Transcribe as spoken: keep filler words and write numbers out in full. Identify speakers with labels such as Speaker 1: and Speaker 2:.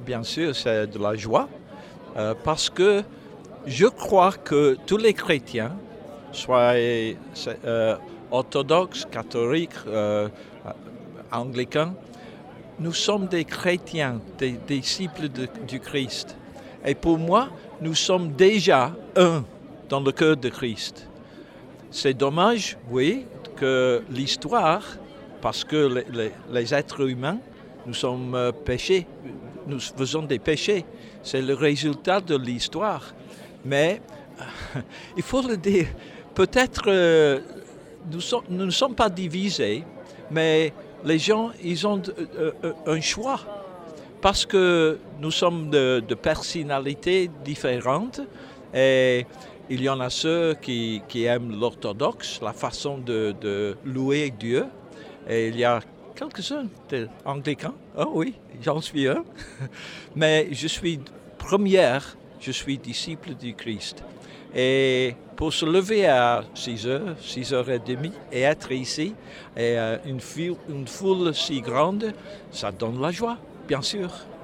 Speaker 1: bien sûr, c'est de la joie, euh, parce que je crois que tous les chrétiens, soit euh, orthodoxes, catholiques, euh, anglicains, nous sommes des chrétiens, des, des disciples de, du Christ. Et pour moi, nous sommes déjà un dans le cœur de Christ. C'est dommage, oui, que l'histoire, parce que les, les, les êtres humains, nous sommes euh, péchés, nous faisons des péchés. C'est le résultat de l'histoire. Mais euh, il faut le dire, peut-être euh, nous, so- nous ne sommes pas divisés, mais les gens, ils ont euh, euh, un choix. Parce que nous sommes de, de personnalités différentes et il y en a ceux qui, qui aiment l'orthodoxe, la façon de, de louer Dieu. Et il y a quelques-uns d'anglicains. Ah oui, j'en suis un. Mais je suis première, je suis disciple du Christ. Et pour se lever à six heures, six heures trente et être ici, et une foule, une foule si grande, ça donne la joie, bien sûr.